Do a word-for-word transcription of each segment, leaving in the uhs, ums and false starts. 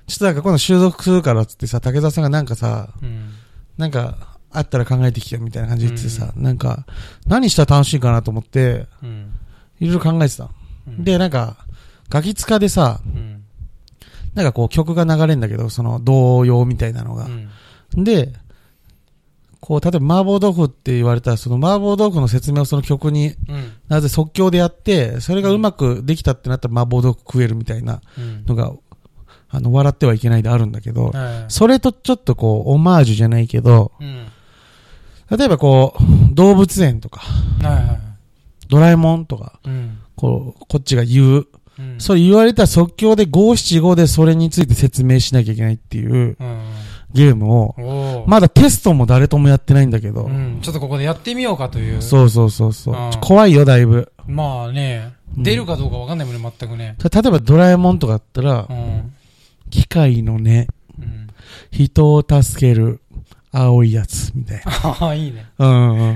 ちょっとなんか今度収録するからっつってさ、竹澤さんがなんかさ、うん、なんか、あったら考えてきてみたいな感じで言ってさ、うん、なんか、何したら楽しいかなと思って、うん、いろいろ考えてた。うん、で、なんか、ガキ使でさ、うん、なんかこう曲が流れるんだけど、その童謡みたいなのが。うん、で、こう、例えば麻婆豆腐って言われたら、その麻婆豆腐の説明をその曲に、うん、なぜ即興でやって、それがうまくできたってなったら麻婆豆腐食えるみたいなのが、うん、あの、笑ってはいけないであるんだけど、はい、それとちょっとこう、オマージュじゃないけど、うん、例えばこう、動物園とか、はいはい、ドラえもんとか、うん、こう、こっちが言う、うん、それ言われたら即興で五七五でそれについて説明しなきゃいけないっていう、うん、ゲームを、まだテストも誰ともやってないんだけど、 うん、ちょっとここでやってみようかという。 そうそうそうそう、うん、怖いよ、だいぶ。 まあね、出るかどうかわかんないもんね、全くね。 例えばドラえもんとかだったら、うん、機械のね、うん、人を助ける青いやつ、みたいな。 ああ、いいね。 うん、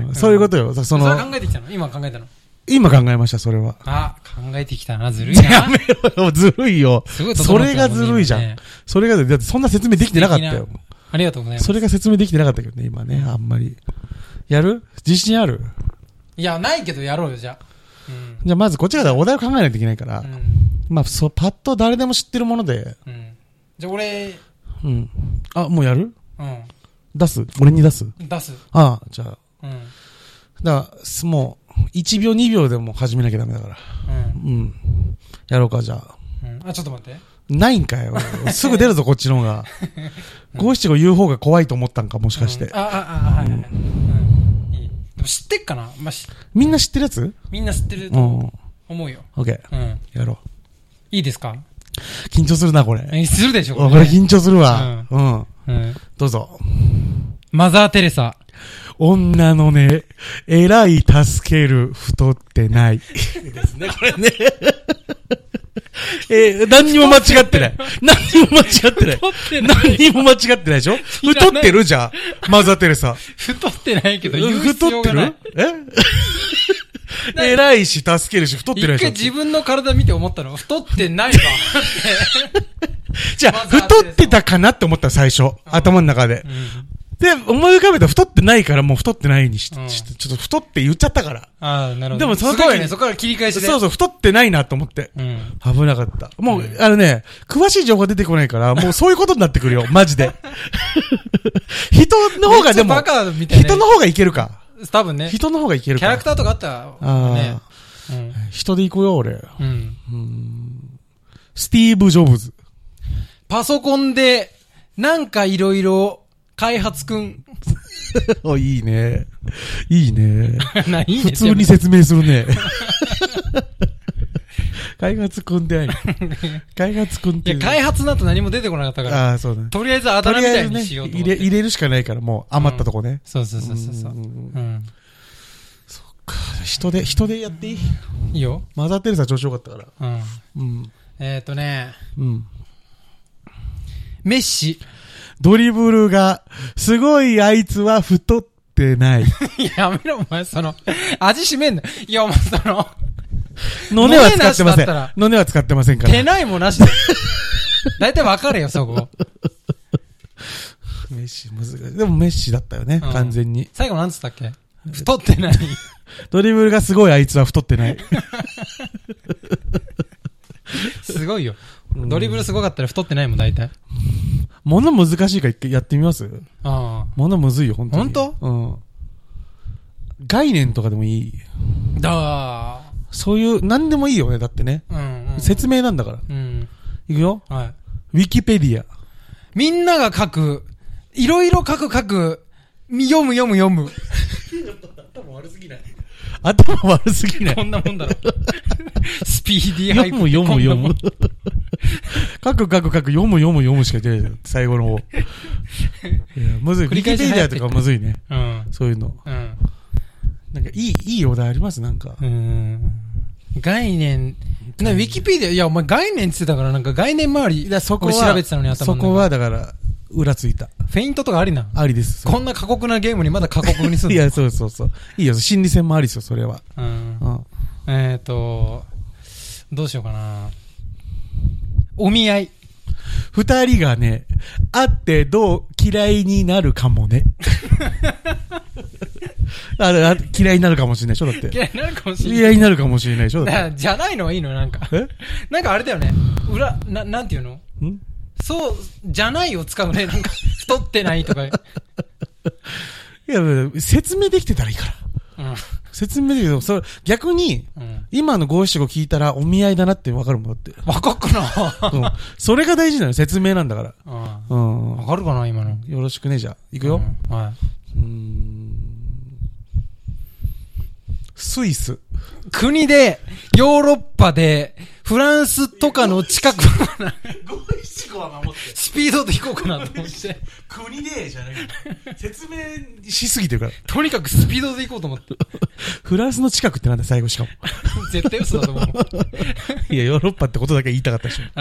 うん、そういうことよ。その。 それ考えてきたの？今考えたの？ 今考えました、それは。 あ、考えてきたな、ずるいな。 やめろよ、ずるいよ。すごいそれがずるいじゃん。ね、それが、だってそんな説明できてなかったよ。 ありがとうございます。 それが説明できてなかったけどね、今ね、あんまり。やる？自信ある？ いや、ないけどやろうよ、じゃあ。うん、 じゃあまずこっちからお題を考えないといけないから、うん、まあ、そう、パッと誰でも知ってるもので。 うん、じゃあ俺、 うん。あ、もうやる？ うん。 出す？俺に出す？ 出す。 ああ、じゃあ。 うん。 だから、もう、いちびょうにびょうでも始めなきゃダメだから。うん。うん。やろうか、じゃあ。 うん。あ、ちょっと待って。 ないんかよ。すぐ出るぞ、こっちの方が。五七五言う方が怖いと思ったんか、もしかして。うん、 あ、あ、あ、はい、はい。うん。いい。でも知ってっかな？まあ、しみんな知ってるやつ？ みんな知ってると思うよ。 オッケー。うん。やろう。 いいですか？ 緊張するな、これ。 するでしょ、これ、 ね。これ緊張するわ。うん。うん。どうぞ。 マザー・テレサ。 女のね、偉い助ける太ってない。ですね、これね。えー、何にも間違ってない。何にも間違ってない。何にも間違ってないでしょ？太ってるじゃん。マザーテレサ。 太ってないけど言う必要がない。 太ってる？え偉いし、助けるし、太ってないし。 一回自分の体見て思ったの。太ってないわ。 じゃあ、太ってたかなって思った最初。頭の中で。うんで、思い浮かべたら太ってないからもう太ってないにし、うん、ちょっと太って言っちゃったから。 ああ、なるほど。 でもその時すごいね、そこから切り返しで。 そうそう、太ってないなと思って。うん、危なかった。もう、うん、あのね、詳しい情報が出てこないから、もうそういうことになってくるよ、マジで。人の方がでも、人の方がいけるか。 多分ね。 人の方がいけるか。 キャラクターとかあったら、ね。 うん、人で行こうよ、俺。うん。うん、スティーブ・ジョブズ。 パソコンで、なんかいろいろ、開発くん。 お、いいね。いいね。 いいね普通に説明するね。開発くんって何？開発くんって。 いや、開発なんと何も出てこなかったから。 ああ、そうだね。 とりあえずあだ名みたいにしようと思って、 ね、入れ、入れるしかないから、もう余ったとこね。うん、 そうそうそうそう。うん。うん、 そっか。人で、人でやっていい？ いいよ。 マザーテレサ調子よかったから。 うん。うん。えっとね。 うん。 メッシ。 ドリブルが、すごいあいつは太ってない。 やめろ、お前、その、味しめんの。いや、お前、その、 のねは使ってません。のねは使ってませんから。 手ないもなしで。だいたい分かれよ、そこ。 メッシ、難しい。でもメッシだったよね、うん、完全に。 最後なんつったっけ？太ってない。 ドリブルがすごいあいつは太ってない。 すごいよ。ドリブルすごかったら太ってないもん、大体。 もの難しいからやってみます？ ああ。 ものむずいよ、本当に。 本当？ うん。概念とかでもいい。 だー。 そういう、何でもいいよね、だってね。うんうん、説明なんだから。うん。いくよ。 はい。 ウィキペディア。 みんなが書く、いろいろ書く書く、読む読む読む。 頭悪すぎない。頭悪すぎない。 こんなもんだろ。スピーディーハイプ。 読む読む読む。書く書く書く読む読む読むしか言ってないじゃん。最後の方。いや、むずい。ウィキペディアとかむずいね。うん。そういうの。うん。なんかいい、いいお題ありますなんか。 うん。概念。な、ウィキペディア、いや、お前概念って言ってたからなんか概念周り。 だそこは。 調べてたのに頭の中。 そこはだから、裏ついた。 フェイントとかありな。 ありです。 こんな過酷なゲームにまだ過酷にするの？ いや、そうそうそう。いいよ、心理戦もありですよ、それは。うん。 うん、えっ、ー、と、どうしようかな。お見合い。 二人がね、会ってどう嫌いになるかもね。あれ、嫌いになるかもしれないでしょだって。 嫌いになるかもしれない。 嫌いになるかもしれないでしょだって。 じゃないのはいいのなんか。えなんかあれだよね。裏、な、なんていうのんそう、じゃないを使うね。なんか、太ってないとか。いや、説明できてたらいいから。うん。説明できてたら、それ、逆に、うん、今の五七五聞いたらお見合いだなって分かるもんだって。 分かっかな、 うん、それが大事なの説明なんだから。 うん。分かるかな今の。 よろしくね、じゃあ。行くよ。 うん、はい。うーん。 スイス。 国で、ヨーロッパで、フランスとかの近く五七五は守って。 スピードで行こうかなと思って。 国でじゃない。説明しすぎてるから。 とにかくスピードで行こうと思って。 フランスの近くってなんだ最後しかも。 絶対嘘だと思う。 いや、ヨーロッパってことだけ言いたかったでしょ。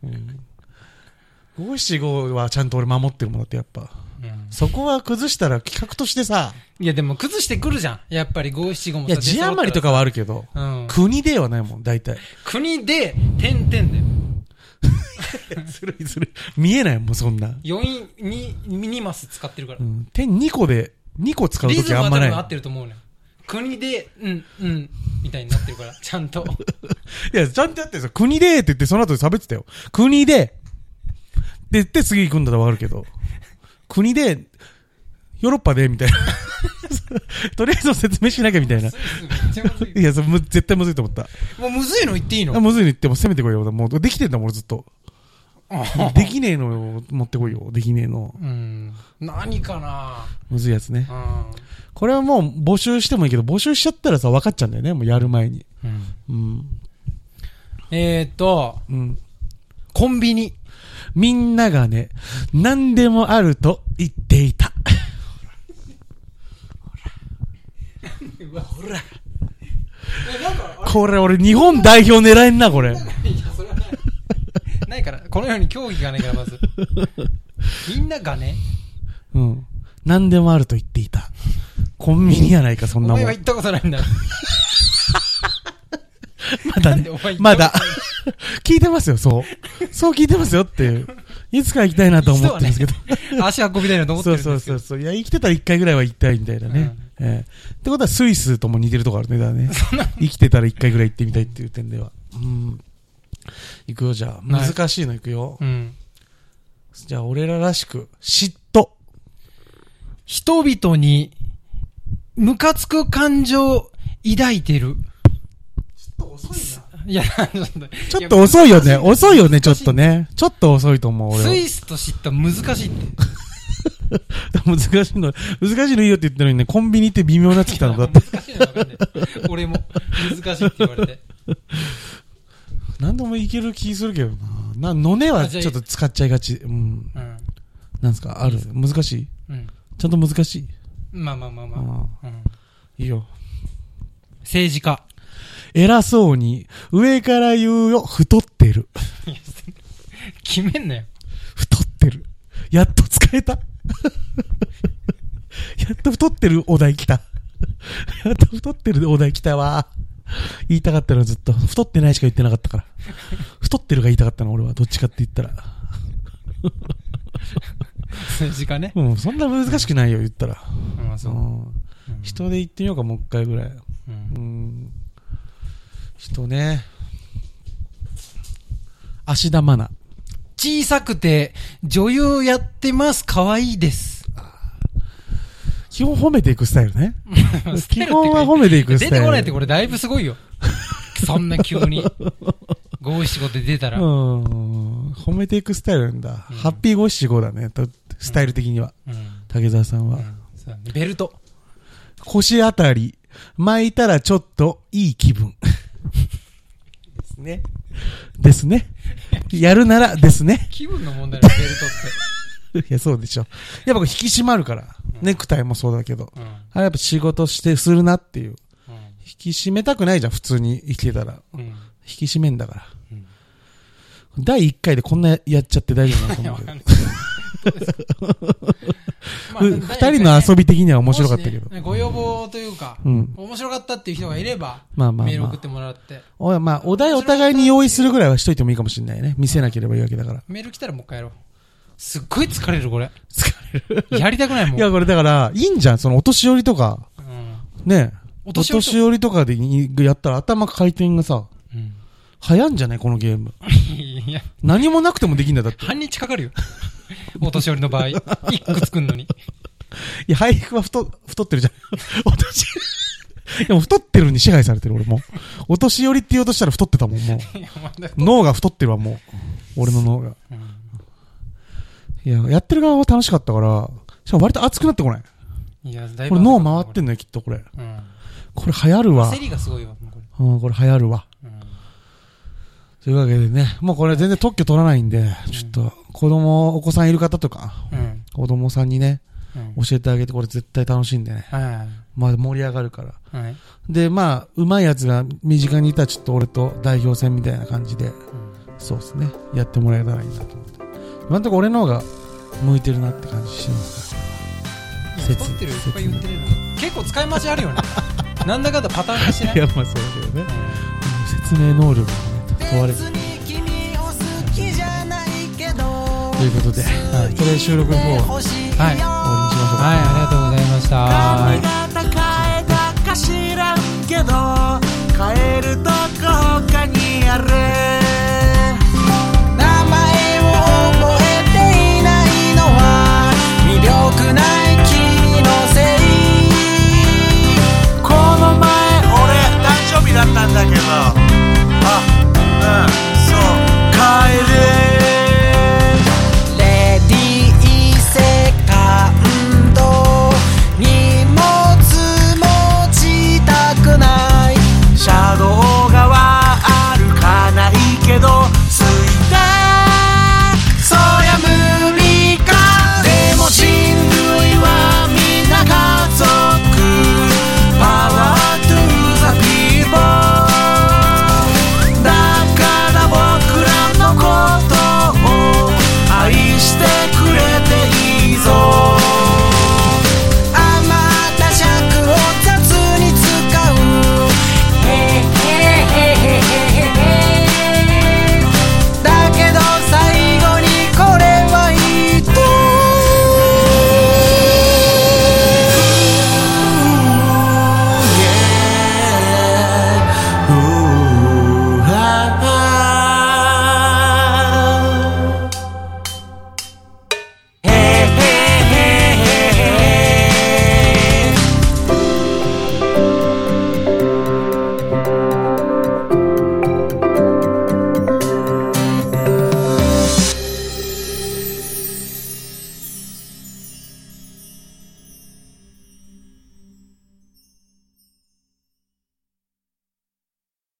五七五はちゃんと俺守ってるもんだってやっぱ。うん、そこは崩したら企画としてさ。 いやでも崩してくるじゃん。やっぱり五七五もさ。 いや、字余りとかはあるけど、うん、国ではないもん、大体。 国で、点々だよ。 ずるいずるい。見えないもん、そんな。 余韻に、ミニマス使ってるから。 うん、点にこで、にこ使うときあんまない。 リズムは多分合ってると思うね。国で、うん、うん、みたいになってるから、ちゃんと。 いや、ちゃんとやってるんですよ。国でって言って、その後で喋ってたよ。国で、って言って次行くんだったらわかるけど。国で、ヨーロッパでみたいな。とりあえず説明しなきゃみたいな。いや、それ絶対むずいと思った。 もうむずいの言っていいの？ むずいの言っても攻めてこいよ。もうできてんだもん、俺ずっと。できねえの持ってこいよ。できねえの。 うん。何かな？ むずいやつね。うん、これはもう募集してもいいけど、募集しちゃったらさ、分かっちゃうんだよね。もうやる前に。うん。うん、 えーっと、うん、コンビニ。 みんながね、何でもあると言っていた。ほら。これ俺日本代表狙えんな、これ。いや、それはない。ないから、このように競技がないから、まず。みんながね。 うん。何でもあると言っていた。コンビニやないか、そんなもん。お前は行ったことないんだ。 まだね。まだ。聞いてますよ、そう。そう聞いてますよっていう。いつか行きたいなと思ってるんですけど。 ね、足運びたいなと思ってるんですけど。 そうそうそうそう。いや、生きてたら一回ぐらいは行きたいみたいなね。うん、えー、ってことはスイスとも似てるとこあるね。だからね。生きてたら一回ぐらい行ってみたいっていう点では。うん。行くよ、じゃあ。難しいの行くよ。うん。じゃあ、俺ららしく、嫉妬。 人々に、ムカつく感情、抱いてる。 ちょっと遅いな。 いや、 ちょっと遅いよね。遅いよね、ちょっとね。ちょっと遅いと思う、俺。 スイスと嫉妬難しいって。 難しいの、難しいのいいよって言ったのにね、コンビニって微妙なってきたのだって。 難しいの分かんない。俺も、難しいって言われて。 何でもいける気するけどな。な、のねはちょっと使っちゃいがち。うん。うん、なんすかある難しい、うん、ちゃんと難しいまあまあまあまあ。 あ、うん、いいよ。 政治家。 偉そうに、上から言うよ、太ってる。 決めんなよ。 太ってる。やっと使えた。やっと太ってるお題来た。やっと太ってるお題来たわ。言いたかったのずっと。太ってないしか言ってなかったから。太ってるが言いたかったの俺は。どっちかって言ったら。 政治家ね。 うん、そんな難しくないよ、言ったら。 うん、そう。うん、 人で言ってみようか、もう一回ぐらい。うん。うん、人ね。芦田愛菜。 小さくて、女優やってます。可愛いです。 基本褒めていくスタイルね。基本は褒めていくスタイル。 出てこないってこれだいぶすごいよ。そんな急に。五七五で出たら。うん。 褒めていくスタイルなんだ。うん、ハッピー五七五だね。スタイル的には。うん、竹澤さんは、うんそうね。ベルト。 腰あたり、巻いたらちょっといい気分。ですね。ですね。やるならですね。 気分の問題だ、ベルトって。いや、そうでしょ。やっぱ引き締まるから。うん、ネクタイもそうだけど。うん、あれやっぱ仕事してするなっていう。うん、引き締めたくないじゃん、普通に生きてたら。うん、引き締めんだから。うん、だいいっかいでこんなやっちゃって大丈夫なのかな。 まあ、 ふ二人の遊び的には面白かったけど。 ね、ご要望というか、うん、面白かったっていう人がいれば、まあまあまあ、メール送ってもらって。 おまあ、お題お互いに用意するぐらいはしといてもいいかもしれないね。見せなければいいわけだから。 メール来たらもう一回やろう。すっごい疲れる、これ。疲れる。やりたくないもん。 いや、これだから、いいんじゃん。そのお年寄りとか。うん、ねお年寄りとかでやったら頭回転がさ、うん、早んじゃないこのゲーム。いや何もなくてもできんだ、だって。 半日かかるよ。お年寄りの場合。一句作んのに。 いや、配布は太、太ってるじゃん。お年寄り。でも太ってるに支配されてる、俺も。お年寄りって言おうとしたら太ってたもん、もう。脳が太ってるわ、もう。俺の脳が。うん、いや、やってる側は楽しかったから、しかも割と熱くなってこない。いや、だいぶ。これ脳回ってんのよ、きっとこれ。うん、これ流行るわ。 焦りがすごいわ、これ。うん、これ流行るわ。うん、というわけでね、もうこれ全然特許取らないんで、うん、ちょっと、子供、お子さんいる方とか、うん、子供さんにね、うん、教えてあげて、これ絶対楽しいんでね。はいはい、まあ盛り上がるから。はい、で、まあ、うまいやつが身近にいたらちょっと俺と代表戦みたいな感じで、うん、そうですね、やってもらえたらいいなと思って。今んとこ俺の方が向いてるなって感じしてますから。 いや、太ってる、いっぱい言ってるの。結構使い回しあるよね。なんだかんだパターン化しない。 いや、まあそうだけどね。うん、説明能力がね、問われてる。ということで、はい、これ収録の方は、はい、終わりにしましょうか。 はい、ありがとうございました。 髪型変えたか知らんけど変えると